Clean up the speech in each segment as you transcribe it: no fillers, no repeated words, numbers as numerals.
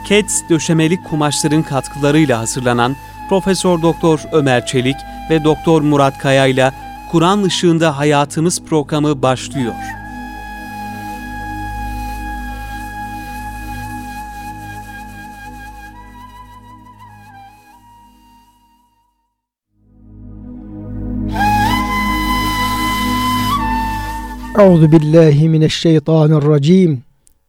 Keds döşemelik kumaşların katkılarıyla hazırlanan Profesör Doktor Ömer Çelik ve Doktor Murat Kaya ile Kur'an Işığında Hayatımız programı başlıyor. Euzu billahi mineşşeytanirracim.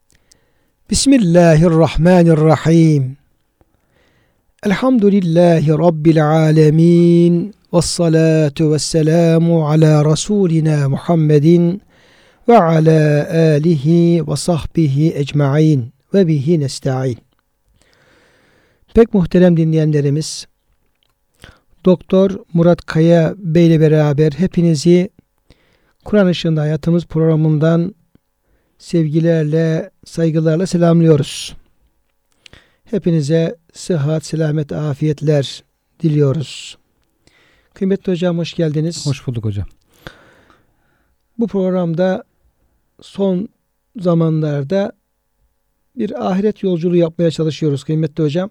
Bismillahirrahmanirrahim. Elhamdülillahi rabbil alamin. Vessalatu vesselamu ala rasulina Muhammedin ve ala alihi ve sahbihi ecmaîn ve bihi nestaîn. Pek muhterem dinleyenlerimiz, Doktor Murat Kaya Bey ile beraber hepinizi Kur'an Işığında Hayatımız programından sevgilerle, saygılarla selamlıyoruz. Hepinize sıhhat, selamet, afiyetler diliyoruz. Kıymetli hocam, hoş geldiniz. Hoş bulduk hocam. Bu programda son zamanlarda bir ahiret yolculuğu yapmaya çalışıyoruz kıymetli hocam.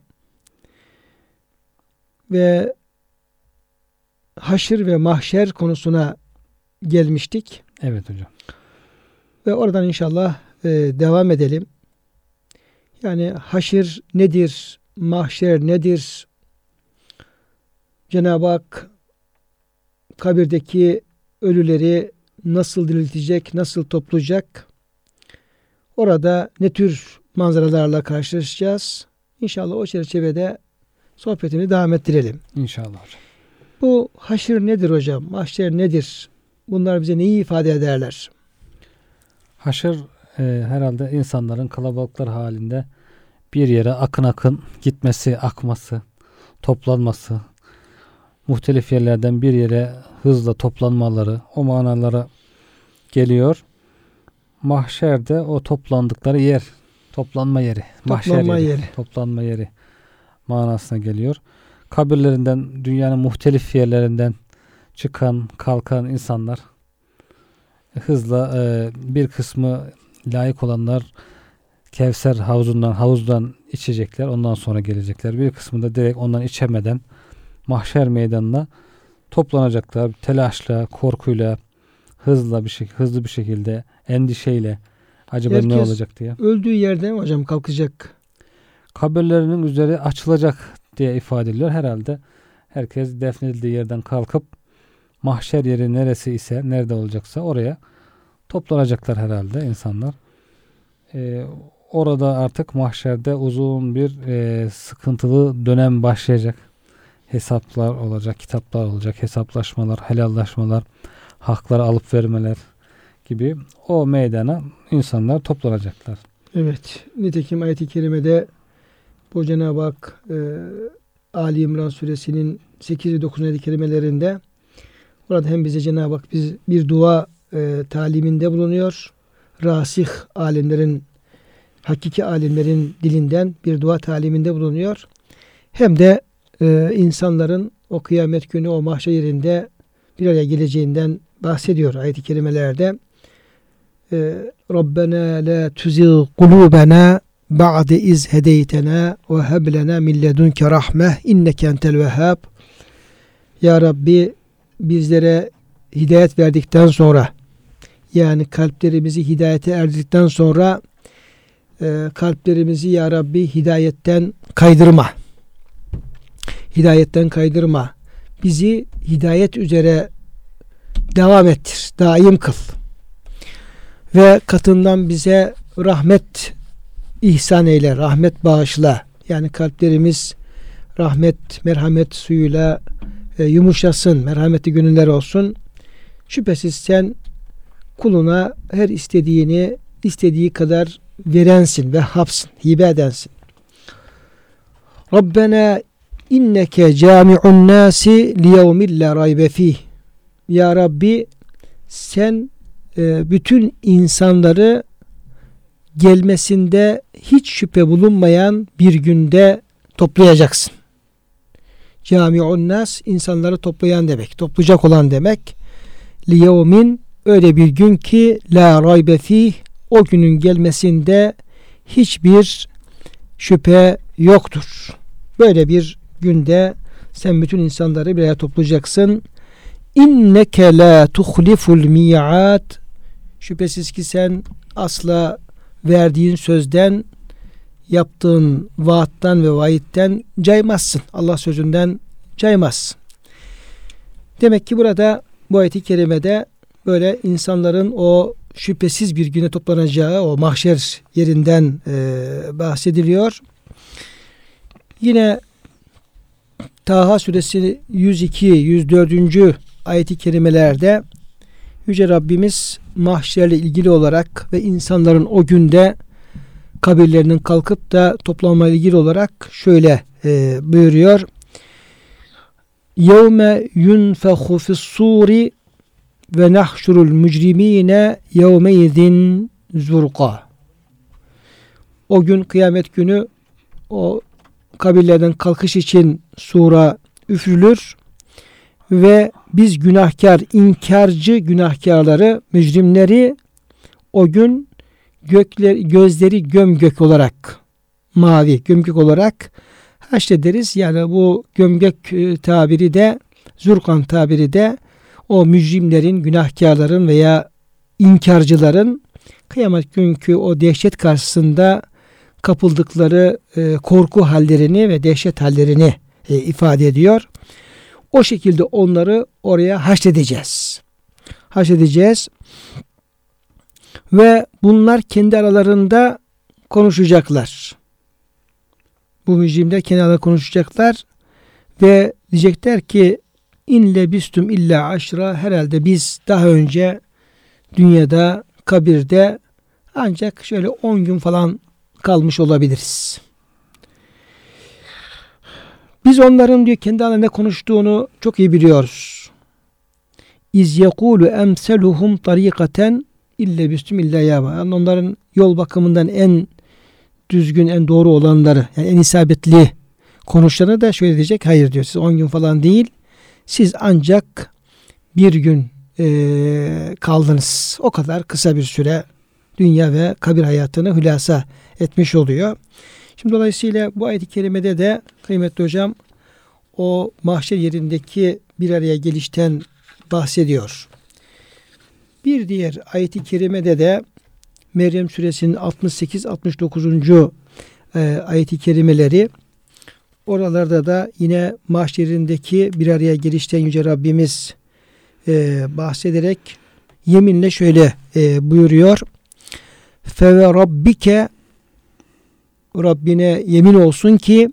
Ve haşir ve mahşer konusuna gelmiştik. Evet hocam. Ve oradan inşallah devam edelim. Yani haşir nedir? Mahşer nedir? Cenab-ı Hak kabirdeki ölüleri nasıl diriltecek, nasıl toplayacak? Orada ne tür manzaralarla karşılaşacağız? İnşallah o çerçevede sohbetini devam ettirelim. İnşallah hocam. Bu haşir nedir hocam? Mahşer nedir? Bunlar bize neyi ifade ederler? Haşır herhalde insanların kalabalıklar halinde bir yere akın akın gitmesi, akması, toplanması, muhtelif yerlerden bir yere hızla toplanmaları, o manalara geliyor. Mahşerde o toplandıkları yer, toplanma yeri, toplanma yeri manasına geliyor. Kabirlerinden, dünyanın muhtelif yerlerinden çıkan, kalkan insanlar hızla bir kısmı layık olanlar Kevser havuzdan içecekler. Ondan sonra gelecekler. Bir kısmı da direkt ondan içemeden mahşer meydanına toplanacaklar. Telaşla, korkuyla, hızlı bir şekilde, endişeyle acaba herkes ne olacak diye. Öldüğü yerde mi hocam kalkacak? Kabirlerinin üzeri açılacak diye ifade ediliyor. Herhalde herkes defnedildiği yerden kalkıp mahşer yeri neresi ise, nerede olacaksa oraya toplanacaklar herhalde insanlar. Orada artık mahşerde uzun bir sıkıntılı dönem başlayacak. Hesaplar olacak, kitaplar olacak, hesaplaşmalar, helallaşmalar, haklar alıp vermeler gibi o meydana insanlar toplanacaklar. Evet. Nitekim ayet-i kerimede bu Cenab-ı Hak Ali İmran suresinin 8 ve 9. ayet-i kerimelerinde orada hem bize Cenab-ı Hak bir dua taliminde bulunuyor. Rasih alimlerin, hakiki alimlerin dilinden bir dua taliminde bulunuyor. Hem de insanların o kıyamet günü o mahşer yerinde bir araya geleceğinden bahsediyor ayet-i kerimelerde. Rabbena la tuzigh kulubena ba'de iz hedeytena ve heb lena min ledunke rahmeh inneke entel vehhab. Ya Rabbi, bizlere hidayet verdikten sonra, yani kalplerimizi hidayete erdirdikten sonra kalplerimizi Ya Rabbi hidayetten kaydırma. Hidayetten kaydırma. Bizi hidayet üzere devam ettir. Daim kıl. Ve katından bize rahmet ihsan eyle. Rahmet bağışla. Yani kalplerimiz rahmet, merhamet suyuyla yumuşasın. Merhametli gönüller olsun. Şüphesiz sen kuluna her istediği kadar verensin ve hapsın, hibe edensin. Rabbena inneke cami'un nasi liyevmin la raybe fih. Ya Rabbi, sen bütün insanları gelmesinde hiç şüphe bulunmayan bir günde toplayacaksın. Cami'un nas, insanları toplayan demek, toplayacak olan demek. Liyevmin, öyle bir gün ki la raybe fih, o günün gelmesinde hiçbir şüphe yoktur. Böyle bir günde sen bütün insanları bir araya toplayacaksın. İnneke la tuhliful mi'at. Şüphesiz ki sen asla verdiğin sözden, yaptığın vaattan ve vaitten caymazsın. Allah sözünden caymazsın. Demek ki burada bu ayet-i kerimede böyle insanların o şüphesiz bir güne toplanacağı o mahşer yerinden bahsediliyor. Yine Taha suresi 102-104. ayet-i kerimelerde Yüce Rabbimiz mahşerle ilgili olarak ve insanların o günde kabirlerinin kalkıp da toplanmayla ilgili olarak şöyle buyuruyor. يَوْمَ يُنْفَخُ فِي الصُّورِ وَنَحْشُرُ الْمُجْرِم۪ينَ يَوْمَيْذٍ زُرْقًا. O gün kıyamet günü o kabirlerden kalkış için sura üfürülür ve biz günahkar, inkarcı günahkarları, mücrimleri o gün gözleri gömgök olarak, mavi gömgök olarak haşrederiz. Yani bu gömgök tabiri de, zurkan tabiri de o mücrimlerin, günahkarların veya inkarcıların kıyamet günkü o dehşet karşısında kapıldıkları korku hallerini ve dehşet hallerini ifade ediyor. O şekilde onları oraya haşredeceğiz. Haşredeceğiz. Ve bunlar kendi aralarında konuşacaklar. Bu mücrimler kendi aralarında konuşacaklar ve diyecekler ki İn lebistum illa aşra, herhalde biz daha önce dünyada, kabirde ancak şöyle 10 gün falan kalmış olabiliriz. Biz onların diyor kendi aralarında konuştuğunu çok iyi biliyoruz. İz yekulu emseluhum tarikaten illa bistum illa yama. Yani onların yol bakımından en düzgün, en doğru olanları, yani en isabetli konuşlarını da şöyle diyecek. Hayır diyor, siz 10 gün falan değil. Siz ancak bir gün kaldınız. O kadar kısa bir süre dünya ve kabir hayatını hülasa etmiş oluyor. Şimdi dolayısıyla bu ayet-i kerimede de kıymetli hocam o mahşer yerindeki bir araya gelişten bahsediyor. Bir diğer ayet-i kerimede de Meryem suresinin 68-69. ayet-i kerimeleri, oralarda da yine mahşerindeki bir araya gelişten Yüce Rabbimiz bahsederek yeminle şöyle buyuruyor. Fe rabbike, Rabbine yemin olsun ki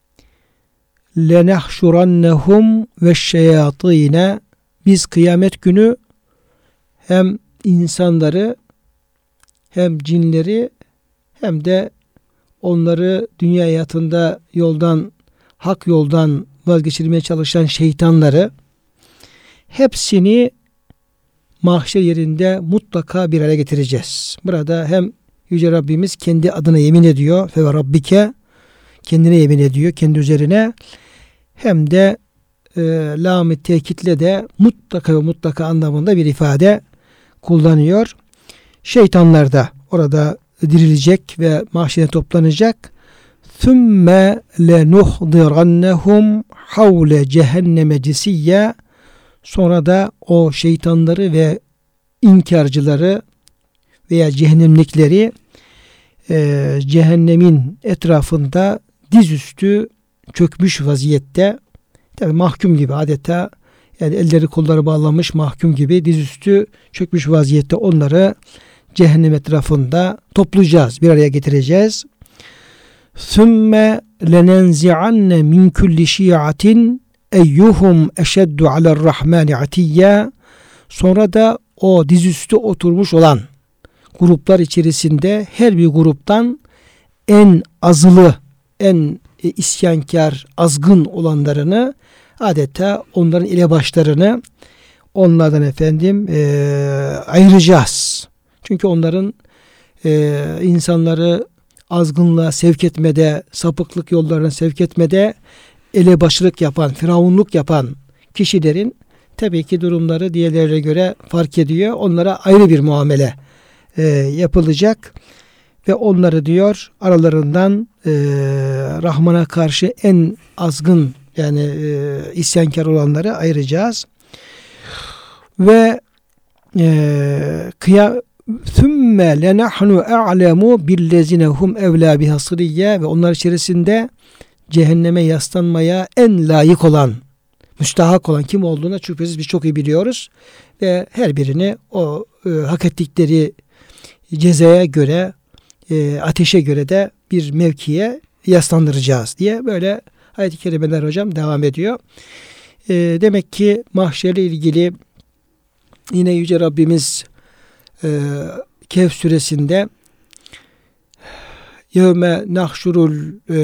lenahşurannehum veşşeyatîne, biz kıyamet günü hem insanları hem cinleri hem de onları dünya hayatında hak yoldan vazgeçirmeye çalışan şeytanları hepsini mahşer yerinde mutlaka bir araya getireceğiz. Burada hem Yüce Rabbimiz kendi adına yemin ediyor. Fe rabbike, kendine yemin ediyor, kendi üzerine. Hem de lam-ı tekitle de mutlaka ve mutlaka anlamında bir ifade kullanıyor. Şeytanlar da orada dirilecek ve mahşere toplanacak. ثُمَّ لَنُحْضِرَنَّهُمْ حَوْلَ cehenneme cisiyya. Sonra da o şeytanları ve inkarcıları veya cehennemlikleri cehennemin etrafında dizüstü çökmüş vaziyette, tabi mahkum gibi adeta, yani elleri kolları bağlanmış mahkum gibi dizüstü çökmüş vaziyette onları cehennem etrafında toplayacağız, bir araya getireceğiz. ثُمَّ لَنَنْزِعَنَّ مِنْ كُلِّ شِيَعَةٍ eyyuhum eşeddu aler rahmani atiyya. Sonra da o dizüstü oturmuş olan gruplar içerisinde her bir gruptan en azılı, en isyankar, azgın olanlarını, adeta onların elebaşlarını onlardan ayıracağız. Çünkü onların insanları azgınlığa sevk etmede, sapıklık yollarına sevk etmede elebaşılık yapan, firavunluk yapan kişilerin tabii ki durumları diğerlerine göre fark ediyor. Onlara ayrı bir muamele yapılacak. ve onları diyor aralarından Rahman'a karşı en azgın yani isyankar olanları ayıracağız. Ve ثُمَّ لَنَحْنُ اَعْلَمُ بِالَّذِينَ هُمْ اَوْلَى بِهَا صِرِيَّ ve onlar içerisinde cehenneme yaslanmaya en layık olan, müstahak olan kim olduğuna şüphesiz biz çok iyi biliyoruz. Ve her birini o hak ettikleri cezaya göre, ateşe göre de bir mevkiye yaslandıracağız diye böyle ayet-i kerimeler hocam devam ediyor. Demek ki mahşerle ilgili yine Yüce Rabbimiz Kehf suresinde yevme nahşurul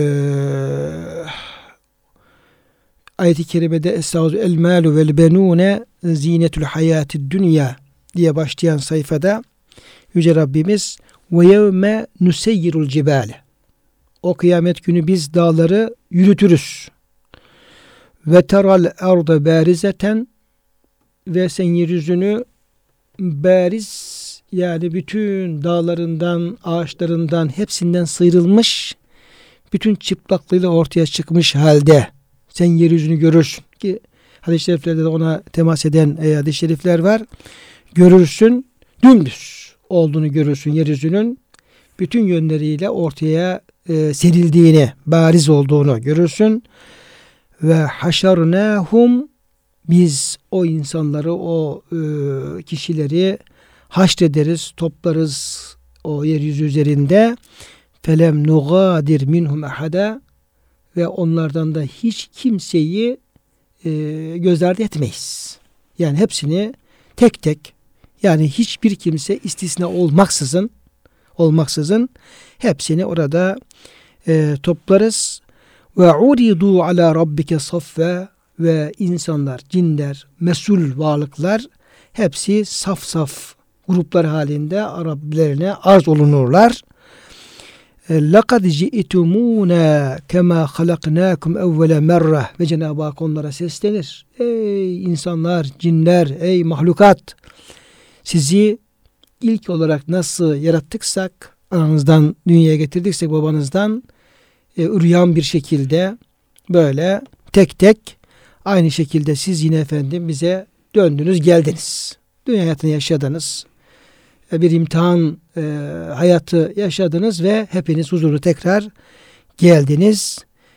ayet-i kerimede estağfurullah el malu vel benune zinetul hayatid dünya diye başlayan sayfada Yüce Rabbimiz ve yevme nuseyyirul cibale o kıyamet günü biz dağları yürütürüz. Ve teral arda barizeten ve sen yeryüzünü bariz yani bütün dağlarından, ağaçlarından hepsinden sıyrılmış, bütün çıplaklığıyla ortaya çıkmış halde sen yeryüzünü görürsün ki hadis-i şeriflerde de ona temas eden hadis-i şerifler var. Görürsün, dümdüz olduğunu görürsün yeryüzünün bütün yönleriyle ortaya serildiğini, bariz olduğunu görürsün. Ve haşarnahum biz o insanları, o kişileri haşrederiz, toplarız o yeryüzü üzerinde. Felem nugadir minhum ahada ve onlardan da hiç kimseyi göz ardı etmeyiz. Yani hepsini tek tek yani hiçbir kimse istisna olmaksızın hepsini orada toplarız. Ve uridu ala rabbike saffe ve insanlar, cinler, mesul varlıklar hepsi saf saf gruplar halinde Rablerine arz olunurlar. لَقَدْ جِئْتُمُونَا كَمَا خَلَقْنَاكُمْ اَوَّلَ مَرَّةً ve Cenab-ı Hak onlara seslenir. Ey insanlar, cinler, ey mahlukat, sizi ilk olarak nasıl yarattıksak, ananızdan dünyaya getirdiksek babanızdan üryan bir şekilde böyle tek tek aynı şekilde siz yine efendim bize döndünüz geldiniz. Dünya hayatını yaşadınız. Bir imtihan hayatı yaşadınız ve hepiniz huzuru tekrar geldiniz.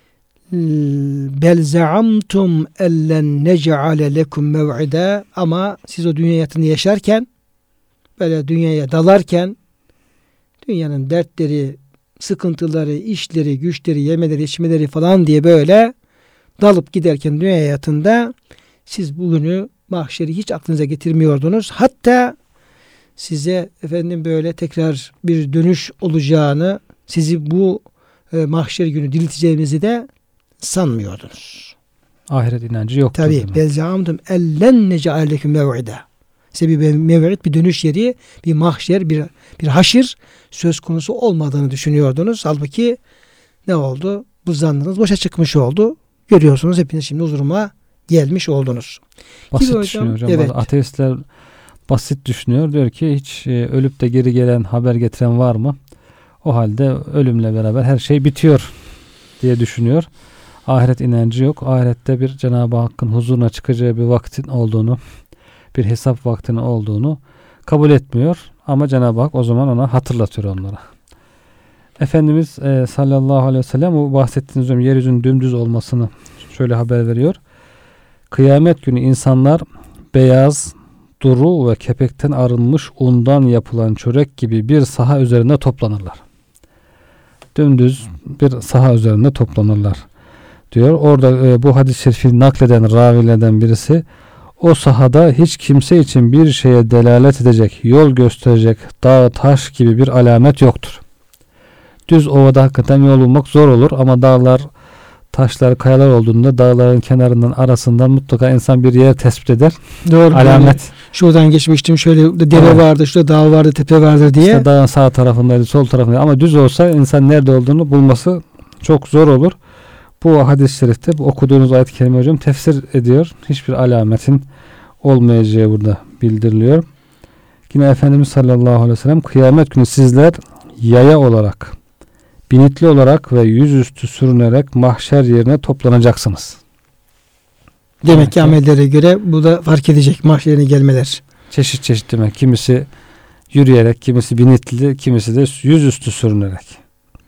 Bel zaamtum ellen nec'ale lekum mev'ida ama siz o dünya hayatını yaşarken böyle dünyaya dalarken dünyanın dertleri, sıkıntıları, işleri, güçleri, yemeleri, içmeleri falan diye böyle dalıp giderken dünya hayatında siz bugünü mahşeri hiç aklınıza getirmiyordunuz. Hatta size efendim böyle tekrar bir dönüş olacağını, sizi bu mahşer günü dirilteceğimizi de sanmıyordunuz. Ahiret inancı yoktu. Tabii. Belzaamdum ellen neca'alekum mev'ida. Size bir mev'id, bir dönüş yeri, bir mahşer, bir haşir söz konusu olmadığını düşünüyordunuz. Halbuki ne oldu? Bu zannınız boşa çıkmış oldu. Görüyorsunuz hepiniz şimdi huzuruma gelmiş oldunuz. Basit düşünüyor hocam. Evet. Ateistler basit düşünüyor. Diyor ki hiç ölüp de geri gelen, haber getiren var mı? O halde ölümle beraber her şey bitiyor diye düşünüyor. Ahiret inancı yok. Ahirette bir Cenab-ı Hakk'ın huzuruna çıkacağı bir vaktin olduğunu, bir hesap vaktinin olduğunu kabul etmiyor. Ama Cenab-ı Hak o zaman ona hatırlatıyor onlara. Efendimiz sallallahu aleyhi ve sellem bu bahsettiğiniz üzere yeryüzünün dümdüz olmasını şöyle haber veriyor. Kıyamet günü insanlar beyaz, duru ve kepekten arınmış undan yapılan çörek gibi bir saha üzerinde toplanırlar. Dümdüz bir saha üzerinde toplanırlar diyor. Orada bu hadis-i şerifi nakleden ravilerden birisi o sahada hiç kimse için bir şeye delalet edecek, yol gösterecek dağ, taş gibi bir alamet yoktur. Düz ovada hakikaten yol bulmak zor olur ama dağlar, taşlar, kayalar olduğunda dağların kenarından arasından mutlaka insan bir yer tespit eder. Doğru. Alamet. Yani şuradan geçmiştim şöyle dere evet. vardı, şurada dağ vardı, tepe vardı diye. İşte dağın sağ tarafındaydı, sol tarafındaydı ama düz olsa insan nerede olduğunu bulması çok zor olur. Bu hadis-i şerifte bu okuduğunuz ayet-i kerime hocam tefsir ediyor. Hiçbir alametin olmayacağı burada bildiriliyor. Yine Efendimiz sallallahu aleyhi ve sellem kıyamet günü sizler yaya olarak, binitli olarak ve yüzüstü sürünerek mahşer yerine toplanacaksınız. Demek ki amellere göre bu da fark edecek mahşerine gelmeler. Çeşit çeşit demek. Kimisi yürüyerek, kimisi binitli, kimisi de yüzüstü sürünerek.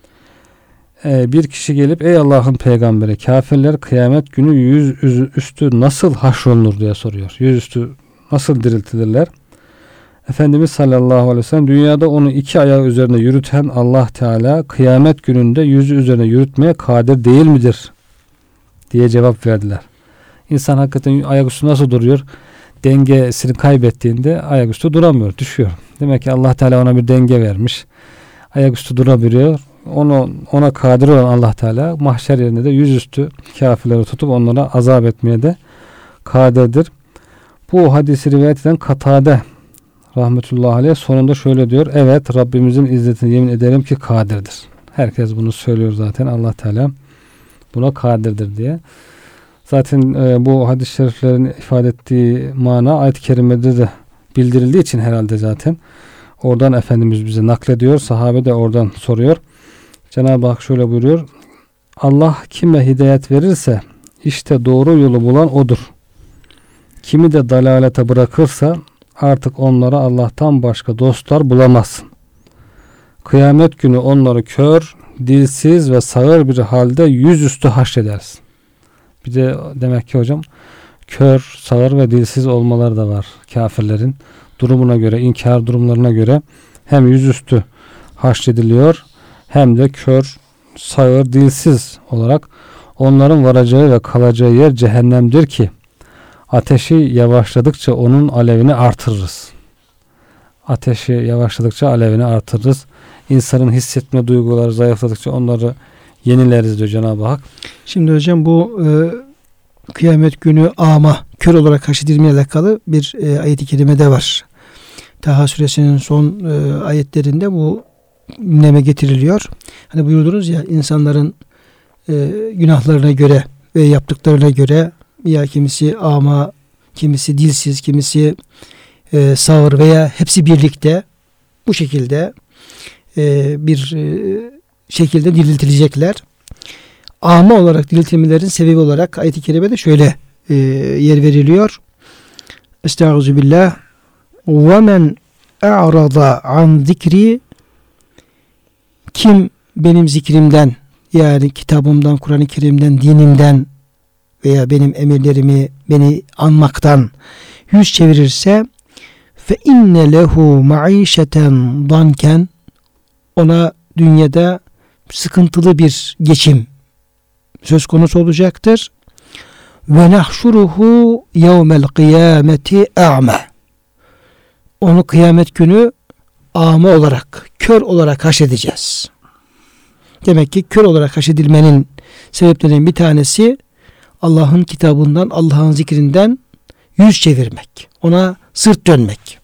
Bir kişi gelip ey Allah'ın peygamberi, kafirler kıyamet günü yüzüstü nasıl haşrolunur diye soruyor. Yüzüstü nasıl diriltilirler? Efendimiz sallallahu aleyhi ve sellem dünyada onu iki ayağı üzerinde yürüten Allah Teala kıyamet gününde yüzü üzerine yürütmeye kadir değil midir? Diye cevap verdiler. İnsan hakikaten ayaküstü nasıl duruyor? Dengesini kaybettiğinde ayaküstü duramıyor, düşüyor. Demek ki Allah Teala ona bir denge vermiş. Ayaküstü durabiliyor. Ona kadir olan Allah Teala mahşer yerinde de yüzüstü kafirleri tutup onlara azap etmeye de kadirdir. Bu hadisi rivayet eden Katade rahmetullahi aleyh sonunda şöyle diyor. Evet, Rabbimizin izzetine yemin ederim ki kadirdir. Herkes bunu söylüyor zaten. Allah Teala buna kadirdir diye. Zaten bu hadis-i şeriflerin ifade ettiği mana ayet-i kerimede de bildirildiği için herhalde zaten oradan Efendimiz bize naklediyor. Sahabe de oradan soruyor. Cenab-ı Hak şöyle buyuruyor. Allah kime hidayet verirse işte doğru yolu bulan odur. Kimi de dalalete bırakırsa artık onlara Allah'tan başka dostlar bulamazsın. Kıyamet günü onları kör, dilsiz ve sağır bir halde yüzüstü haşredersin. Bir de demek ki hocam kör, sağır ve dilsiz olmaları da var kafirlerin. Durumuna göre, inkar durumlarına göre hem yüzüstü haşrediliyor hem de kör, sağır, dilsiz olarak onların varacağı ve kalacağı yer cehennemdir ki ateşi yavaşladıkça onun alevini artırırız. Ateşi yavaşladıkça alevini artırırız. İnsanın hissetme duyguları zayıfladıkça onları yenileriz diyor Cenab-ı Hak. Şimdi hocam bu kıyamet günü ama kör olarak haşredilmeyle alakalı bir ayet-i kerimede var. Taha suresinin son ayetlerinde bu gündeme getiriliyor. Hani buyurdunuz ya insanların günahlarına göre ve yaptıklarına göre ya kimisi ama, kimisi dilsiz, kimisi sağır veya hepsi birlikte bu şekilde bir şekilde diriltilecekler. Ama olarak diriltilmelerin sebebi olarak ayet-i kerimede şöyle yer veriliyor. Estağfirullah. Ve men a'rada an zikri, kim benim zikrimden, yani kitabımdan, Kur'an-ı Kerim'den, dinimden veya benim emirlerimi, beni anmaktan yüz çevirirse fe inne lehu maişeten danken, ona dünyada sıkıntılı bir geçim söz konusu olacaktır. Ve nahşuruhu yevmel kıyameti a'ma, onu kıyamet günü âme olarak, kör olarak haşredeceğiz. Demek ki kör olarak haşredilmenin sebeplerinden bir tanesi Allah'ın kitabından, Allah'ın zikrinden yüz çevirmek. Ona sırt dönmek.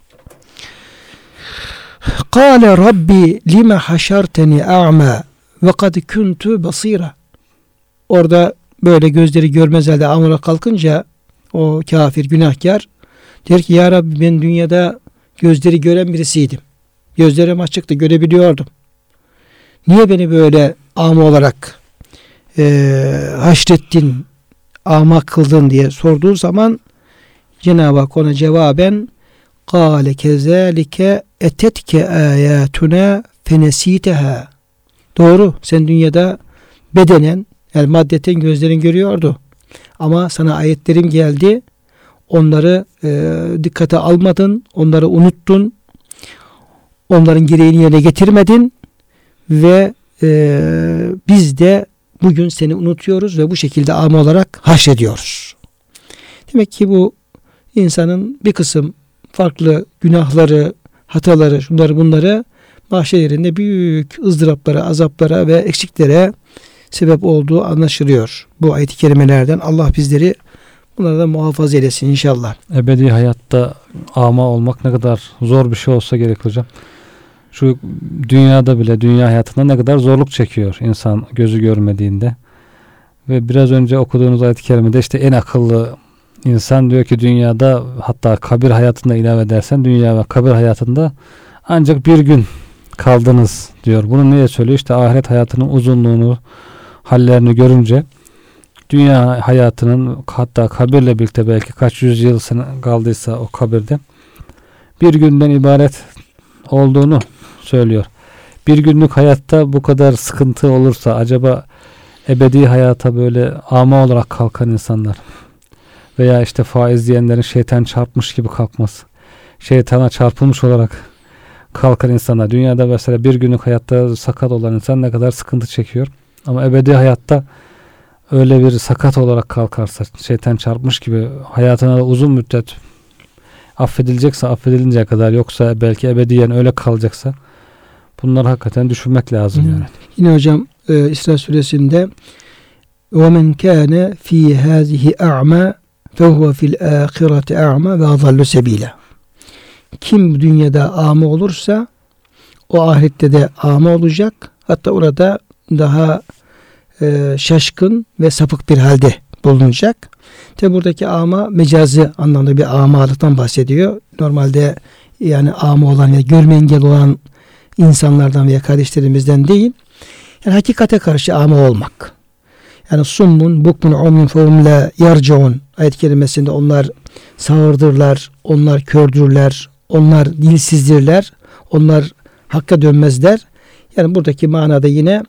Kâle Rabbi lime haşarteni a'ma ve kad kuntu basira. Orada böyle gözleri görmez halde amura kalkınca o kafir, günahkar der ki ya Rabbi, ben dünyada gözleri gören birisiydim. Gözlerim açıktı, görebiliyordum. Niye beni böyle ama olarak haşrettin, ama kıldın diye sorduğu zaman Cenab-ı Hak ona cevaben kâle kezâlike etetke âyâtuna fenesîteha. Doğru, sen dünyada bedenen, yani maddeten gözlerin görüyordu. Ama sana ayetlerim geldi. Onları dikkate almadın. Onları unuttun. Onların gereğini yerine getirmedin. Ve biz de bugün seni unutuyoruz ve bu şekilde âme olarak haşrediyoruz. Demek ki bu insanın bir kısım farklı günahları, hataları, şunları bunları mahşer yerinde büyük ızdıraplara, azaplara ve eksiklere sebep olduğu anlaşılıyor. Bu ayet-i kerimelerden Allah bizleri bunlardan muhafaza eylesin inşallah. Ebedi hayatta ama olmak ne kadar zor bir şey olsa gerek hocam. Şu dünyada bile, dünya hayatında ne kadar zorluk çekiyor insan gözü görmediğinde. Ve biraz önce okuduğunuz ayet-i kerimede işte en akıllı insan diyor ki dünyada, hatta kabir hayatında ilave edersen dünya ve kabir hayatında ancak bir gün kaldınız diyor. Bunu niye söylüyor? İşte ahiret hayatının uzunluğunu, hallerini görünce dünya hayatının, hatta kabirle birlikte belki kaç yüzyıl kaldıysa o kabirde bir günden ibaret olduğunu söylüyor. Bir günlük hayatta bu kadar sıkıntı olursa acaba ebedi hayata böyle ama olarak kalkan insanlar veya işte faiz diyenlerin şeytan çarpmış gibi kalkması, şeytana çarpılmış olarak kalkan insanlar, dünyada mesela bir günlük hayatta sakat olan insan ne kadar sıkıntı çekiyor, ama ebedi hayatta öyle bir sakat olarak kalkarsa, şeytan çarpmış gibi hayatına da uzun müddet affedilecekse affedilinceye kadar, yoksa belki ebediyen öyle kalacaksa, bunları hakikaten düşünmek lazım. Yani. Yine hocam İsra suresinde وَمَنْ كَانَ ف۪ي هَذِهِ اَعْمَى فَهُوَ فِي الْآخِرَةِ اَعْمَى وَاضَلُّ سَب۪يلًا. Kim dünyada ama olursa o ahirette de ama olacak. Hatta orada daha şaşkın ve sapık bir halde bulunacak. Tabi buradaki ama mecazi anlamda bir amalıktan bahsediyor. Normalde yani ama olan ve görme engeli olan insanlardan veya kardeşlerimizden değil. Yani hakikate karşı ama olmak. Yani summun, bukmun, umyun, fehum la yarciun ayet kerimesinde onlar sağırdırlar, onlar kördürler, onlar dilsizdirler, onlar hakka dönmezler. Yani buradaki manada yine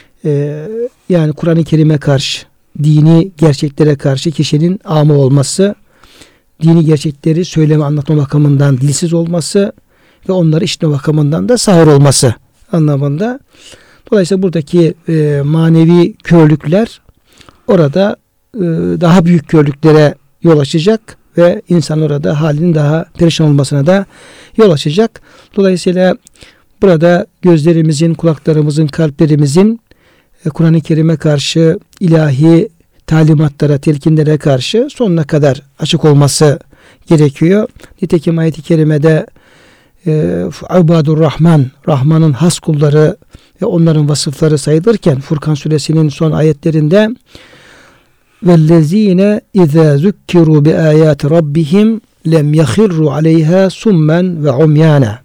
yani Kur'an-ı Kerim'e karşı, dini gerçeklere karşı kişinin ama olması, dini gerçekleri söyleme anlatma bakımından dilsiz olması ve onları işitme bakımından da sağır olması anlamında. Dolayısıyla buradaki manevi körlükler orada daha büyük körlüklere yol açacak ve insan orada halinin daha perişan olmasına da yol açacak. Dolayısıyla burada gözlerimizin, kulaklarımızın, kalplerimizin Kur'an-ı Kerim'e karşı, ilahi talimatlara, telkinlere karşı sonuna kadar açık olması gerekiyor. Nitekim ayet-i kerimede İbadur Rahman, Rahman'ın has kulları ve onların vasıfları sayılırken Furkan suresinin son ayetlerinde vellezine izâ zükkiru bi âyâti rabbihim lem yahirru aleyhâ summen ve umyâna.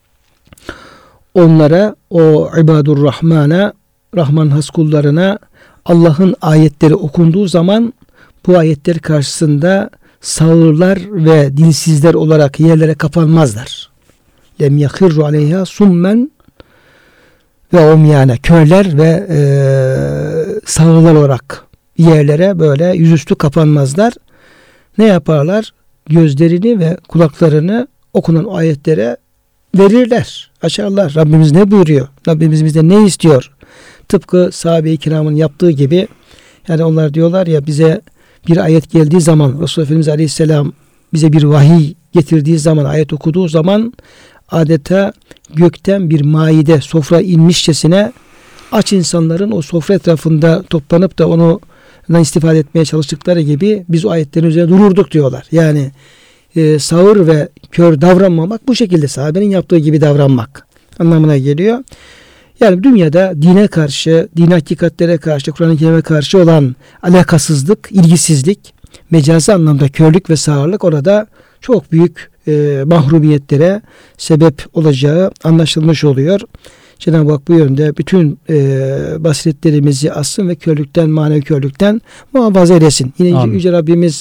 Onlara, o İbadur Rahman'a, Rahman has kullarına Allah'ın ayetleri okunduğu zaman bu ayetler karşısında sağırlar ve dilsizler olarak yerlere kapanmazlar. Lem yahirru aleyhâ summen ve umyâne, körler ve sağırlar olarak yerlere böyle yüzüstü kapanmazlar. Ne yaparlar? Gözlerini ve kulaklarını okunan o ayetlere verirler. Açarlar. Rabbimiz ne buyuruyor? Rabbimiz bizden ne istiyor? Tıpkı sahabe-i kiramın yaptığı gibi, yani onlar diyorlar ya, bize bir ayet geldiği zaman, Resulullah Efendimiz Aleyhisselam bize bir vahiy getirdiği zaman, ayet okuduğu zaman adeta gökten bir maide, sofra inmişçesine aç insanların o sofra etrafında toplanıp da ondan istifade etmeye çalıştıkları gibi biz o ayetlerin üzerine dururduk diyorlar. Yani sağır ve kör davranmamak, bu şekilde sahabenin yaptığı gibi davranmak anlamına geliyor. Yani dünyada dine karşı, din hakikatlere karşı, Kur'an-ı Kerim'e karşı olan alakasızlık, ilgisizlik, mecazi anlamda körlük ve sağırlık orada çok büyük mahrumiyetlere sebep olacağı anlaşılmış oluyor. Cenab-ı Hak bu yönde bütün basiretlerimizi assın ve körlükten, manevi körlükten muhafaza eylesin. Yine Yüce Rabbimiz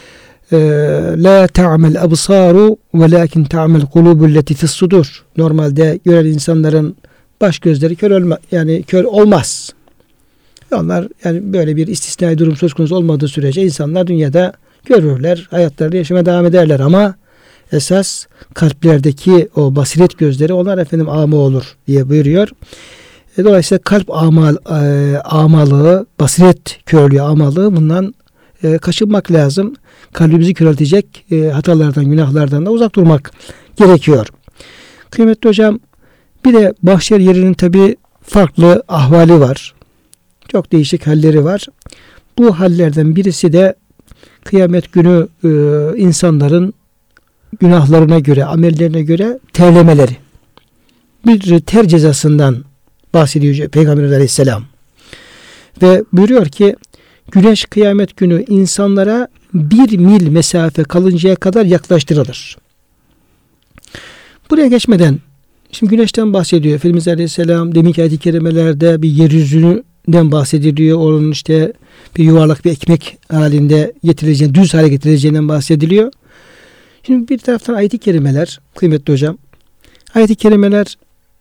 la ta'mel absaru velakin ta'mel kulubul leti fis sudur. Normalde gören insanların baş gözleri kör olmaz. Onlar, yani böyle bir istisnai durum söz konusu olmadığı sürece insanlar dünyada görürler, hayatlarını yaşamaya devam ederler, ama esas kalplerdeki o basiret gözleri onlar efendim ama olur diye buyuruyor. Dolayısıyla kalp amalığı, basiret körlüğü amalığı, bundan kaçınmak lazım. Kalbimizi köreltecek hatalardan, günahlardan da uzak durmak gerekiyor. Kıymetli hocam, bir de mahşer yerinin tabi farklı ahvali var. Çok değişik halleri var. Bu hallerden birisi de kıyamet günü insanların günahlarına göre, amellerine göre terlemeleri. Bir ter cezasından bahsediyor Peygamber Aleyhisselam. Ve buyuruyor ki güneş kıyamet günü insanlara 1 mil mesafe kalıncaya kadar yaklaştırılır. Buraya geçmeden Şimdi güneşten bahsediyor. Efendimiz Aleyhisselam deminki ayet-i kerimelerde bir yeryüzünden bahsediliyor. Onun işte bir yuvarlak bir ekmek halinde getirileceğini, düz hale getirileceğinden bahsediliyor. Şimdi bir taraftan ayet-i kerimeler, kıymetli hocam, ayet-i kerimeler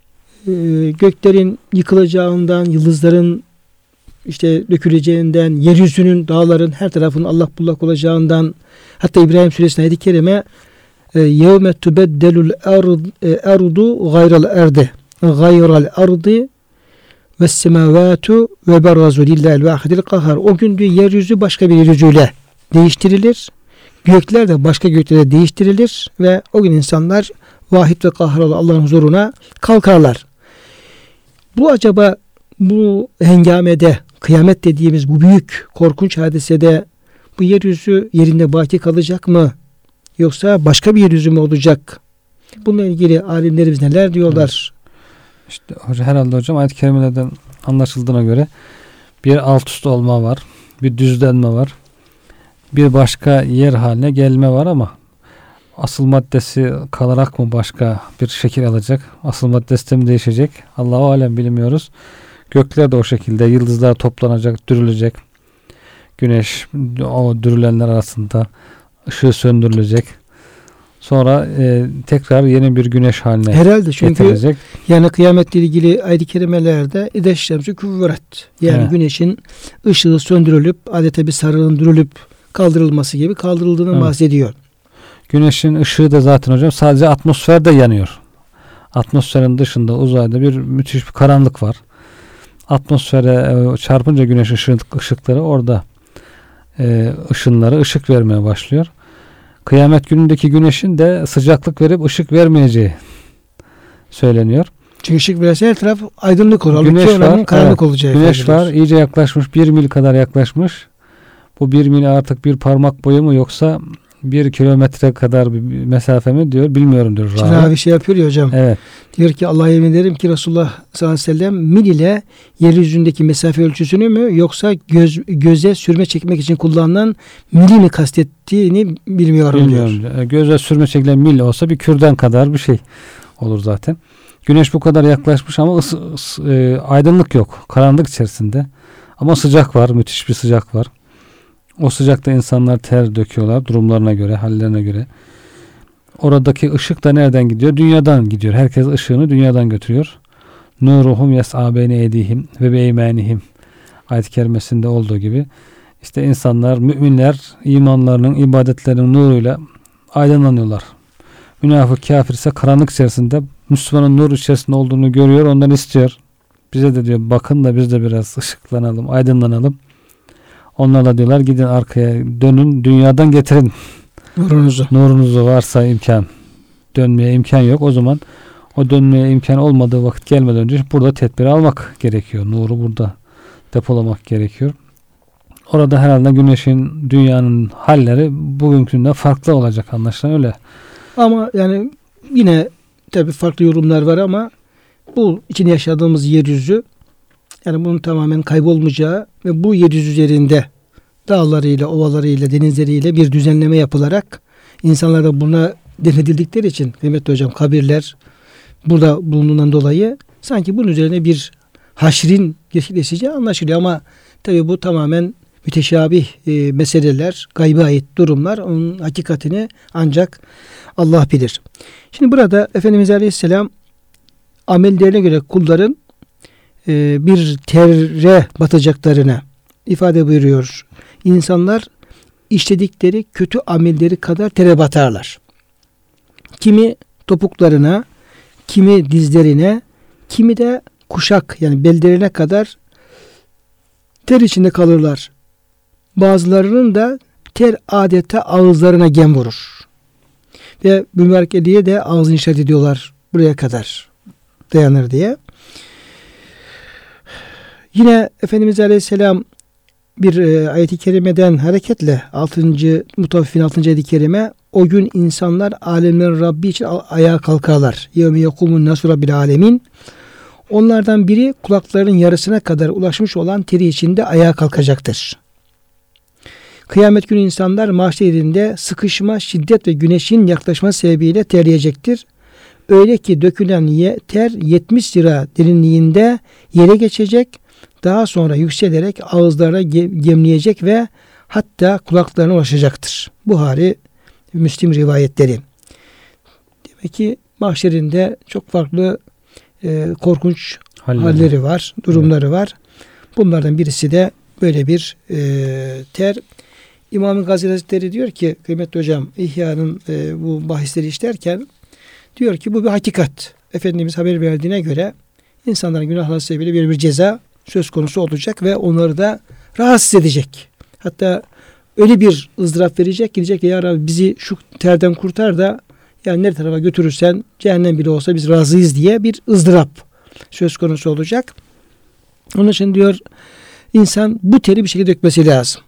göklerin yıkılacağından, yıldızların işte döküleceğinden, yeryüzünün, dağların her tarafının allak bullak olacağından, hatta İbrahim Suresi'nin ayet-i kerime يَوْمَ تُبَدَّلُ الْاَرْضُ غَيْرَ الْاَرْضِ غَيْرَ الْاَرْضِ وَالسَّمَوَاتُ وَبَرَّزُ لِلّٰهِ الْوَاحِدِ الْقَهَارِ. O gün diyor, yeryüzü başka bir yeryüzüyle değiştirilir. Gökler de başka göklere değiştirilir ve o gün insanlar vahid ve kahhar olan Allah'ın huzuruna kalkarlar. Bu acaba bu hengamede, kıyamet dediğimiz bu büyük korkunç hadisede bu yeryüzü yerinde baki kalacak mı? Yoksa başka bir yeryüzü mü olacak? Bununla ilgili alimlerimiz neler diyorlar? İşte herhalde hocam ayet-i kerimelerden anlaşıldığına göre bir alt üst olma var. Bir düzlenme var. Bir başka yer haline gelme var ama asıl maddesi kalarak mı başka bir şekil alacak? Asıl maddesi de mi değişecek? Allahu alem, bilmiyoruz. Gökler de o şekilde, yıldızlar toplanacak, dürülecek. Güneş o dürülenler arasında ışığı söndürülecek. Sonra tekrar yeni bir güneş haline herhalde çünkü getirecek. Yani kıyametle ilgili ayet-i kerimelerde İdeşşemsü küvveret. Yani evet, güneşin ışığı söndürülüp adeta bir sarılındırılıp kaldırılması gibi kaldırıldığını bahsediyor. Güneşin ışığı da zaten hocam sadece atmosferde yanıyor. Atmosferin dışında uzayda bir müthiş bir karanlık var. Atmosfere çarpınca güneş ışıkları orada ışınları ışık vermeye başlıyor. Kıyamet günündeki güneşin de sıcaklık verip ışık vermeyeceği söyleniyor. Çünkü ışık verirse her taraf aydınlık olur. Güneş var, karanlık olacağı. Güneş var, iyice yaklaşmış, 1 mil kadar yaklaşmış. Bu 1 mil artık bir parmak boyu mu yoksa 1 kilometre kadar bir mesafe mi diyor, bilmiyorum diyor. Şimdi bir şey yapıyor ya hocam. Evet. Diyor ki Allah'a yemin ederim ki Resulullah sallallahu aleyhi ve sellem mil ile yeryüzündeki mesafe ölçüsünü mü yoksa göze sürme çekmek için kullanılan mili mi kastettiğini bilmiyorum diyor. Göze sürme çekilen mil olsa bir kürdan kadar bir şey olur zaten. Güneş bu kadar yaklaşmış ama aydınlık yok. Karanlık içerisinde. Ama sıcak var. Müthiş bir sıcak var. O sıcakta insanlar ter döküyorlar durumlarına göre, hallerine göre. Oradaki ışık da nereden gidiyor? Dünyadan gidiyor. Herkes ışığını dünyadan götürüyor. Nuruhum yes'a beyne edihim ve beymenihim. Ayet-i kerimesinde olduğu gibi. İşte insanlar, müminler imanlarının, ibadetlerinin nuruyla aydınlanıyorlar. Münafık, kafir ise karanlık içerisinde, Müslümanın nur içerisinde olduğunu görüyor, ondan istiyor. Bize de diyor bakın da biz de biraz ışıklanalım, aydınlanalım. Onlarla diyorlar gidin arkaya dönün, dünyadan getirin nurunuzu varsa imkan. Dönmeye imkan yok. O zaman o dönmeye imkan olmadığı vakit gelmeden önce burada tedbir almak gerekiyor. Nuru burada depolamak gerekiyor. Orada herhalde güneşin, dünyanın halleri bugünkünden farklı olacak, anlaşılan öyle. Ama yani yine tabii farklı yorumlar var ama bu içinde yaşadığımız yeryüzü, yani bunun tamamen kaybolmayacağı ve bu yeryüzü üzerinde dağlarıyla, ovalarıyla, denizleriyle bir düzenleme yapılarak insanlar da buna denedildikleri için kıymetli hocam kabirler burada bulunduğundan dolayı sanki bunun üzerine bir haşrin gerçekleşeceği anlaşılıyor ama tabii bu tamamen müteşabih meseleler, gaybe ait durumlar. Onun hakikatini ancak Allah bilir. Şimdi burada Efendimiz Aleyhisselam amellerine göre kulların bir terre batacaklarına ifade buyuruyor. İnsanlar işledikleri kötü amelleri kadar tere batarlar. Kimi topuklarına, kimi dizlerine, kimi de kuşak yani bellerine kadar ter içinde kalırlar. Bazılarının da ter adeta ağızlarına gem vurur. Ve mübarek eliye de ağzını işaret ediyorlar buraya kadar dayanır diye. Yine Efendimiz Aleyhisselam bir ayet-i kerimeden hareketle Mutaffifin 6. ayet-i kerime o gün insanlar alemlerin Rabbi için ayağa kalkarlar. Yevme yekumun nasu rabbil alemin. Onlardan biri kulaklarının yarısına kadar ulaşmış olan teri içinde ayağa kalkacaktır. Kıyamet günü insanlar mahşer yerinde sıkışma, şiddet ve güneşin yaklaşması sebebiyle terleyecektir. Öyle ki dökülen ter 70 lira derinliğinde yere geçecek. Daha sonra yükselerek ağızlarına gemleyecek ve hatta kulaklarına ulaşacaktır. Buhari, Müslim rivayetleri. Demek ki mahşerinde çok farklı korkunç halleri var, durumları var. Bunlardan birisi de böyle bir ter. İmam-ı Gazali Hazretleri diyor ki, kıymetli hocam, İhya'nın bu bahisleri işlerken diyor ki bu bir hakikat. Efendimiz haber verdiğine göre insanların günahları sebebiyle bir ceza söz konusu olacak ve onları da rahatsız edecek. Hatta öyle bir ızdırap verecek, gidecek ya Rabbi bizi şu terden kurtar da yani ne tarafa götürürsen cehennem bile olsa biz razıyız diye bir ızdırap söz konusu olacak. Onun için diyor insan bu teri bir şekilde dökmesi lazım.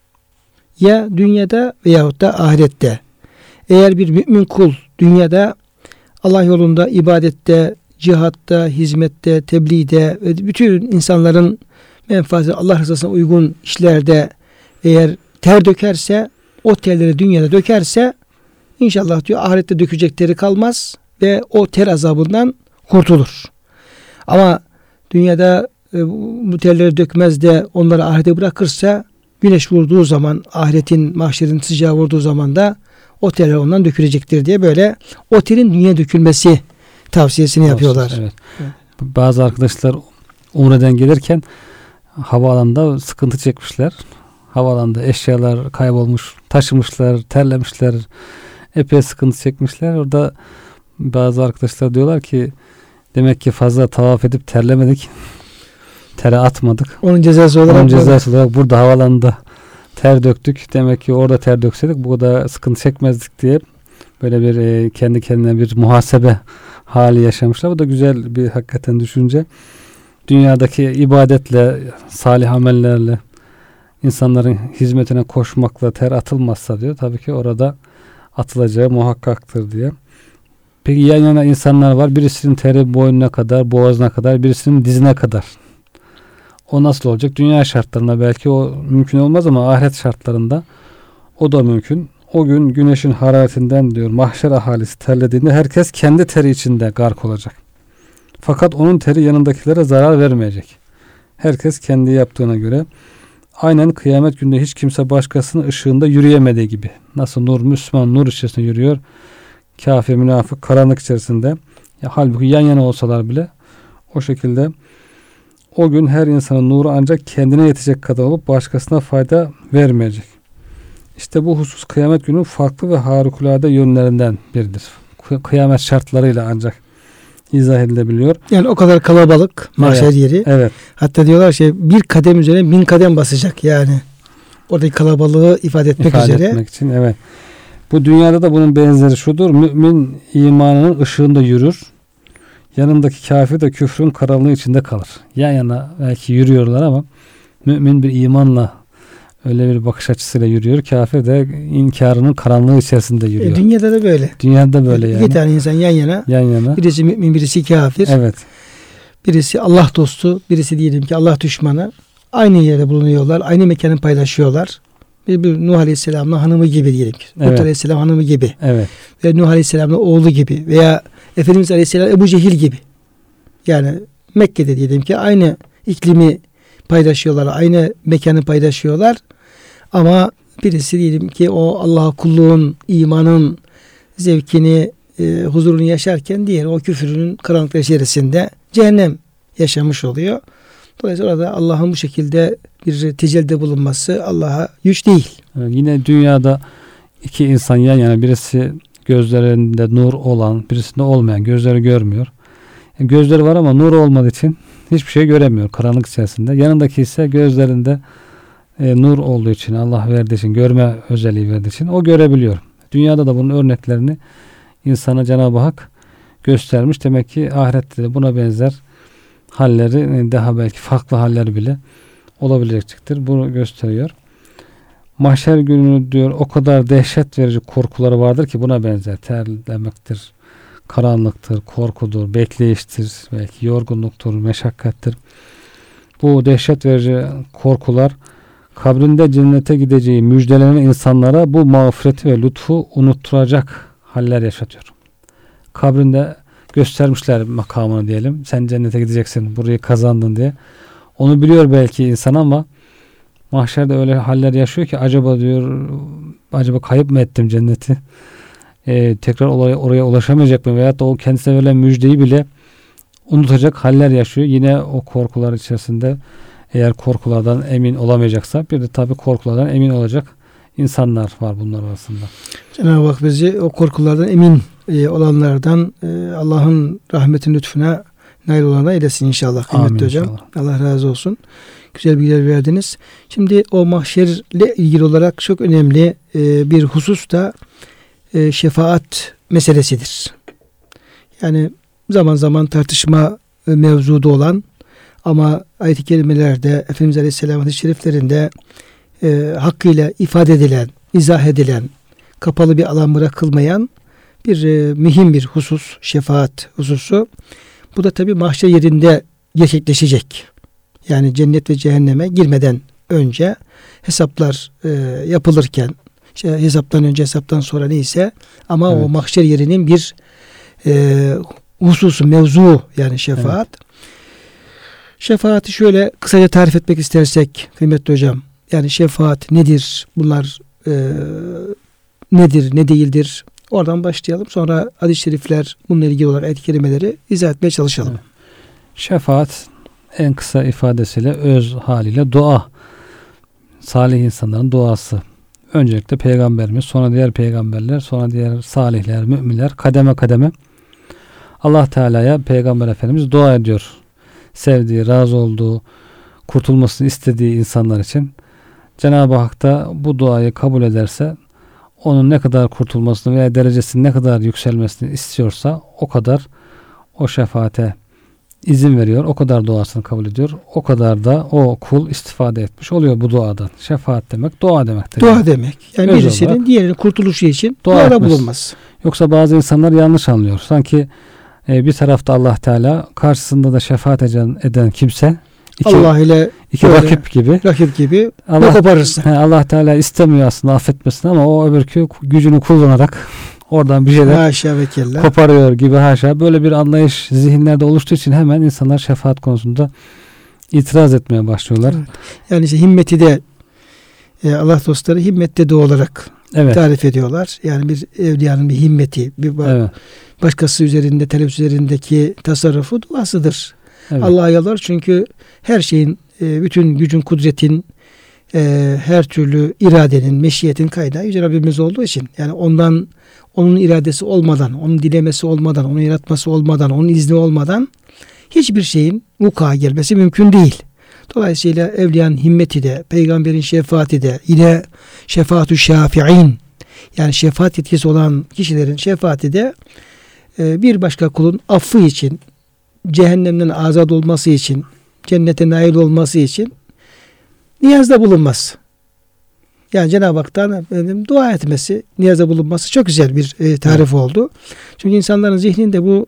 Ya dünyada veyahut da ahirette. Eğer bir mümin kul dünyada Allah yolunda, ibadette, cihatta, hizmette, tebliğde ve bütün insanların menfaati Allah rızasına uygun işlerde eğer ter dökerse, o terleri dünyada dökerse inşallah diyor ahirette dökecek teri kalmaz ve o ter azabından kurtulur. Ama dünyada bu terleri dökmez de onları ahirete bırakırsa güneş vurduğu zaman, ahiretin, mahşerin sıcağı vurduğu zaman da o terler ondan dökülecektir diye böyle o terin dünyaya dökülmesi tavsiyesini yapıyorlar. Evet. Bazı arkadaşlar Umre'den gelirken havaalanında sıkıntı çekmişler. Havaalanında eşyalar kaybolmuş, taşımışlar, terlemişler, epey sıkıntı çekmişler. Orada bazı arkadaşlar diyorlar ki demek ki fazla tavaf edip terlemedik. Tere atmadık. Onun cezası olarak burada havaalanında ter döktük. Demek ki orada ter dökseydik bu da sıkıntı çekmezdik diye böyle bir kendi kendine bir muhasebe hali yaşamışlar. Bu da güzel bir hakikaten düşünce. Dünyadaki ibadetle, salih amellerle, insanların hizmetine koşmakla ter atılmazsa diyor. Tabii ki orada atılacağı muhakkaktır diye. Peki yan yana insanlar var. Birisinin teri boynuna kadar, boğazına kadar, birisinin dizine kadar. O nasıl olacak? Dünya şartlarında belki o mümkün olmaz ama ahiret şartlarında o da mümkün. O gün güneşin hararetinden diyor mahşer ahalisi terlediğinde herkes kendi teri içinde gark olacak. Fakat onun teri yanındakilere zarar vermeyecek. Herkes kendi yaptığına göre aynen kıyamet günde hiç kimse başkasının ışığında yürüyemediği gibi. Nasıl Müslüman nur içerisinde yürüyor. Kafir, münafık karanlık içerisinde. Ya, halbuki yan yana olsalar bile o şekilde o gün her insanın nuru ancak kendine yetecek kadar olup başkasına fayda vermeyecek. İşte bu husus kıyamet günü farklı ve harikulade yönlerinden biridir. Kıyamet şartlarıyla ancak izah edilebiliyor. Yani o kadar kalabalık mahşer yeri. Evet. Hatta diyorlar bir kadem üzerine 1000 kadem basacak yani. Oradaki kalabalığı ifade etmek için evet. Bu dünyada da bunun benzeri şudur. Mümin imanının ışığında yürür. Yanındaki kafir de küfrün karanlığı içinde kalır. Yan yana belki yürüyorlar ama mümin bir imanla öyle bir bakış açısıyla yürüyor. Kafir de inkarının karanlığı içerisinde yürüyor. Dünyada da böyle. Dünyada böyle yani. İki tane insan yan yana. Birisi mümin, birisi kafir. Evet. Birisi Allah dostu, birisi diyelim ki Allah düşmanı. Aynı yerde bulunuyorlar. Aynı mekanı paylaşıyorlar. Bir Nuh Aleyhisselam'la hanımı gibi diyelim ki. Evet. Lut Aleyhisselam hanımı gibi. Evet. Ve Nuh Aleyhisselam'la oğlu gibi. Veya Efendimiz Aleyhisselam Ebu Cehil gibi. Yani Mekke'de diyelim ki aynı iklimi paylaşıyorlar. Aynı mekanı paylaşıyorlar. Ama birisi diyelim ki o Allah'a kulluğun, imanın zevkini, huzurunu yaşarken diğeri o küfrünün karanlıkları içerisinde cehennem yaşamış oluyor. Dolayısıyla orada Allah'ın bu şekilde bir tecellide bulunması Allah'a güç değil. Evet, yine dünyada iki insan yan yana, birisi gözlerinde nur olan, birisinde olmayan, gözleri görmüyor. Gözleri var ama nur olmadığı için hiçbir şey göremiyor karanlık içerisinde. Yanındaki ise gözlerinde nur olduğu için, Allah verdiği için, görme özelliği verdiği için o görebiliyor. Dünyada da bunun örneklerini insana Cenab-ı Hak göstermiş. Demek ki ahirette de buna benzer halleri, daha belki farklı haller bile olabilecektir. Bunu gösteriyor. Mahşer günü diyor o kadar dehşet verici korkuları vardır ki buna benzer. Terlemektir, karanlıktır, korkudur, bekleyiştir, belki yorgunluktur, meşakkattir. Bu dehşet verici korkular kabrinde cennete gideceği müjdelenen insanlara bu mağfireti ve lütfu unutturacak haller yaşatıyor. Kabrinde göstermişler makamını diyelim. Sen cennete gideceksin, burayı kazandın diye. Onu biliyor belki insan ama mahşerde öyle haller yaşıyor ki acaba kayıp mı ettim cenneti? Tekrar oraya ulaşamayacak mı? Veyahut da o kendisine verilen müjdeyi bile unutacak haller yaşıyor. Yine o korkular içerisinde, eğer korkulardan emin olamayacaksa, bir de tabii korkulardan emin olacak insanlar var bunlar arasında. Cenab-ı Hak bizi o korkulardan emin olanlardan, Allah'ın rahmetin lütfuna nail olanlar eylesin inşallah kıymetli hocam. İnşallah. Allah razı olsun. Güzel bilgiler verdiniz. Şimdi o mahşerle ilgili olarak çok önemli bir husus da şefaat meselesidir. Yani zaman zaman tartışma mevzudu olan ama ayet-i kerimelerde Efendimiz Aleyhisselam'ın hadis-i şeriflerinde hakkıyla ifade edilen, izah edilen, kapalı bir alan bırakılmayan bir mühim bir husus, şefaat hususu. Bu da tabii mahşer yerinde gerçekleşecek. Yani cennet ve cehenneme girmeden önce hesaplar yapılırken, hesaptan önce hesaptan sonra neyse ama evet, o mahşer yerinin bir hususu, mevzu yani şefaat. Evet. Şefaati şöyle kısaca tarif etmek istersek kıymetli hocam. Yani şefaat nedir? Bunlar nedir, ne değildir? Oradan başlayalım. Sonra hadis-i şerifler, bununla ilgili olarak ayet-i kerimeleri izah etmeye çalışalım. Evet. Şefaat en kısa ifadesiyle, öz haliyle dua. Salih insanların duası. Öncelikle peygamberimiz, sonra diğer peygamberler, sonra diğer salihler, müminler kademe kademe Allah Teala'ya Peygamber Efendimiz dua ediyor. Sevdiği, razı olduğu, kurtulmasını istediği insanlar için. Cenab-ı Hak da bu duayı kabul ederse, onun ne kadar kurtulmasını veya derecesinin ne kadar yükselmesini istiyorsa o kadar o şefaate izin veriyor. O kadar duasını kabul ediyor. O kadar da o kul istifade etmiş oluyor bu duadan. Şefaat demek dua demektir. Dua demek. Yani öz birisinin diğerinin kurtuluşu için dua duada bulunmaz. Yoksa bazı insanlar yanlış anlıyor. Sanki bir tarafta Allah Teala, karşısında da şefaat eden kimse Allah ile iki rakip gibi Allah koparırsın. Allah Teala istemiyor aslında affetmesini ama o öbürkü gücünü kullanarak oradan bir şeyler haşa ve kella koparıyor gibi, haşa. Böyle bir anlayış zihinlerde oluştuğu için hemen insanlar şefaat konusunda itiraz etmeye başlıyorlar. Evet. Yani işte himmeti de Allah dostları himmette de olarak tarif ediyorlar. Yani bir evliyanın bir himmeti, bir başkası üzerinde, telefs üzerindeki tasarrufu duasıdır. Evet. Allah'a yalvar çünkü her şeyin, bütün gücün, kudretin, her türlü iradenin, meşiyetin kaynağı Yüce Rabbimiz olduğu için, yani onun iradesi olmadan, onun dilemesi olmadan, onun yaratması olmadan, onun izni olmadan hiçbir şeyin vuku'a gelmesi mümkün değil. Dolayısıyla evliyanın himmeti de, peygamberin şefaati de, yine şefaatü şafi'in, yani şefaat yetkisi olan kişilerin şefaati de bir başka kulun affı için, cehennemden azat olması için, cennete nail olması için niyazda bulunmaz. Yani Cenab-ı Hak'tan dua etmesi, niyazda bulunması çok güzel bir tarif oldu. Çünkü insanların zihninde bu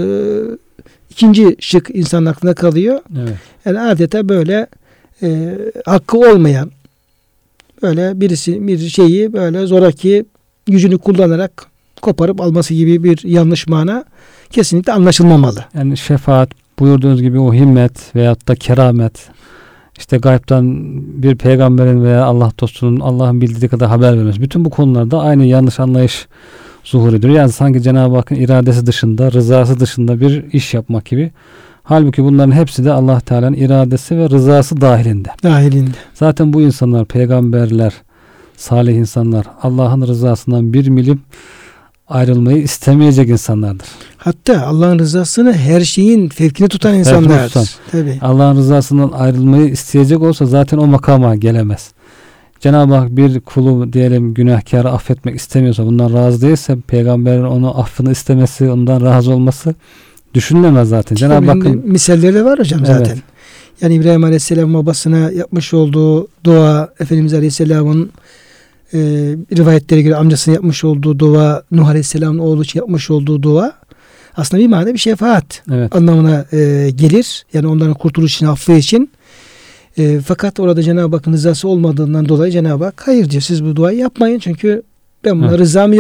ikinci şık insanın aklına kalıyor. Evet. Yani adeta böyle hakkı olmayan, böyle bir şeyi böyle zoraki gücünü kullanarak koparıp alması gibi bir yanlış mana kesinlikle anlaşılmamalı. Yani şefaat, buyurduğunuz gibi o himmet veyahut da keramet, işte gaybtan bir peygamberin veya Allah dostunun Allah'ın bildiği kadar haber vermesi. Bütün bu konularda aynı yanlış anlayış zuhur ediyor. Yani sanki Cenab-ı Hakk'ın iradesi dışında, rızası dışında bir iş yapmak gibi. Halbuki bunların hepsi de Allah Teala'nın iradesi ve rızası dahilinde. Zaten bu insanlar, peygamberler, salih insanlar, Allah'ın rızasından bir milim ayrılmayı istemeyecek insanlardır. Hatta Allah'ın rızasını her şeyin fevkine tutan insanlardır. Tabii. Allah'ın rızasından ayrılmayı isteyecek olsa zaten o makama gelemez. Cenab-ı Hak bir kulu diyelim günahkarı affetmek istemiyorsa, bundan razı değilse, peygamberin onu affını istemesi, ondan razı olması düşünülemez zaten. Cenab-ı Hakk'ın misalleri de var hocam zaten. Yani İbrahim Aleyhisselam babasına yapmış olduğu dua, Efendimiz Aleyhisselam'ın rivayetlere göre amcasının yapmış olduğu dua, Nuh Aleyhisselam'ın oğlu için yapmış olduğu dua aslında bir manada bir şefaat anlamına gelir. Yani onların kurtuluş için, affı için. Fakat orada Cenab-ı Hakk'ın rızası olmadığından dolayı Cenab-ı Hak hayır diyor, siz bu duayı yapmayın çünkü ben buna rızam yok.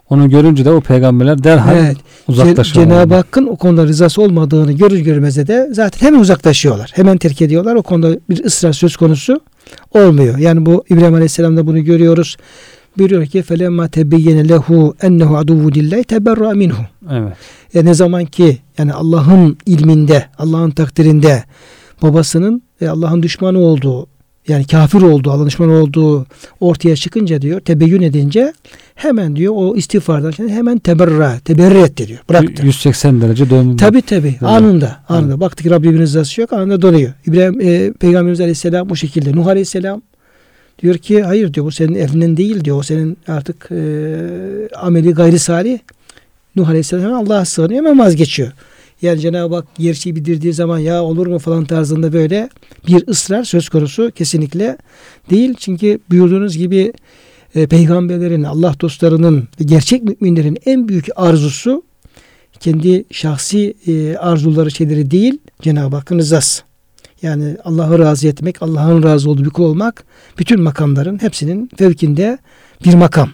Onu görünce de o peygamberler derhal uzaklaşıyorlar. Cenab-ı Hakk'ın o konuda rızası olmadığını görür görmez de zaten hemen uzaklaşıyorlar. Hemen terk ediyorlar. O konuda bir ısrar söz konusu olmuyor. Yani bu İbrahim Aleyhisselam'da bunu görüyoruz. Buyuruyor ki فَلَمَّا تَبَيَّنَ لَهُ اَنَّهُ عَدُوُّ لِلّٰهِ تَبَرَّأَ مِنْهُ. Evet. Ne zaman ki yani Allah'ın ilminde, Allah'ın takdirinde babasının Allah'ın düşmanı olduğu, yani kafir olduğu, Allah'ın düşmanı olduğu ortaya çıkınca diyor, tebeyyün edince hemen diyor o istiğfardan hemen teberri etti diyor. Bıraktı. 180 derece döndü. Tabii. Anında. Baktık Rabbimin rızası yok. Anında donuyor. Peygamberimiz Aleyhisselam bu şekilde. Nuh Aleyhisselam diyor ki hayır diyor, bu senin ehlinden değil diyor. O senin artık ameli gayri salih. Nuh Aleyhisselam Allah'a sığınıyor, hemen vazgeçiyor. Yani Cenab-ı Hak gerçeği bildirdiği zaman ya olur mu falan tarzında böyle bir ısrar söz konusu kesinlikle değil. Çünkü buyurduğunuz gibi peygamberlerin, Allah dostlarının ve gerçek müminlerin en büyük arzusu kendi şahsi arzuları şeyleri değil, Cenab-ı Hakk'ın rızası. Yani Allah'ı razı etmek, Allah'ın razı olduğu bir kul olmak, bütün makamların hepsinin fevkinde bir makam.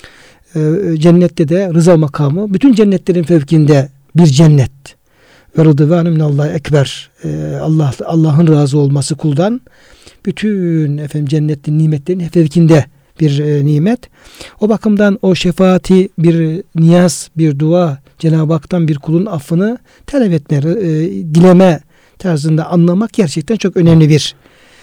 Cennette de rıza makamı, bütün cennetlerin fevkinde bir cennet. Ve rıdvanü minallahi ekber. Allah'ın razı olması kuldan bütün cennetin nimetlerin nimetlerin fevkinde bir nimet. O bakımdan o şefaati bir niyaz, bir dua, Cenab-ı Hak'tan bir kulun affını talep etme, dileme tarzında anlamak gerçekten çok önemli bir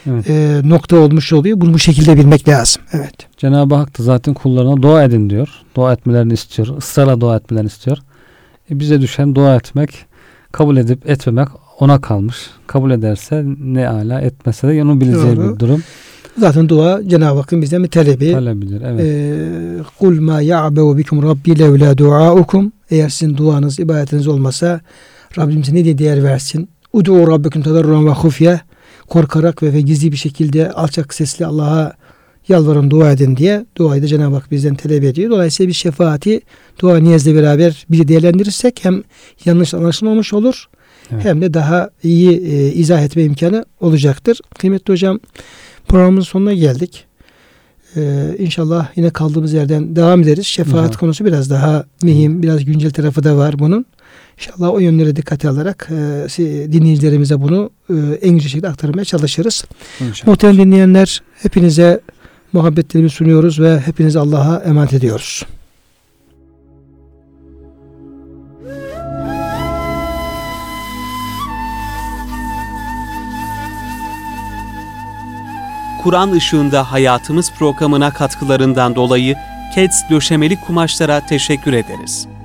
nokta olmuş oluyor. Bunu bu şekilde bilmek lazım. Evet. Cenab-ı Hak da zaten kullarına dua edin diyor. Dua etmelerini istiyor. Israrla dua etmelerini istiyor. Bize düşen dua etmek, kabul edip etmemek ona kalmış. Kabul ederse ne ala, etmese de onu bileceği bir durum. Zaten dua Cenab-ı Hakk'ın bizden bir talebi. Talebidir, evet. Kul ma ya'be'u bikum rabbi levla duaukum. Eğer sizin duanız, ibadetiniz olmasa Rabbim size ne diye değer versin? Ud'u rabbekum tadarruan ve hufye. Korkarak ve gizli bir şekilde alçak sesli Allah'a yalvarın, dua edin diye duayı da Cenab-ı Hak bizden talep ediyor. Dolayısıyla bir şefaati dua niyazla beraber bir değerlendirirsek hem yanlış anlaşılmamış olur, hem de daha iyi izah etme imkanı olacaktır. Kıymetli hocam, programımızın sonuna geldik. İnşallah yine kaldığımız yerden devam ederiz. Şefaat konusu biraz daha mühim, biraz güncel tarafı da var bunun. İnşallah o yönlere dikkate alarak dinleyicilerimize bunu en güzel şekilde aktarmaya çalışırız. Muhterem dinleyenler, hepinize muhabbetlerimi sunuyoruz ve hepinizi Allah'a emanet ediyoruz. Kur'an Işığında Hayatımız programına katkılarından dolayı Keds Döşemeli Kumaşlara teşekkür ederiz.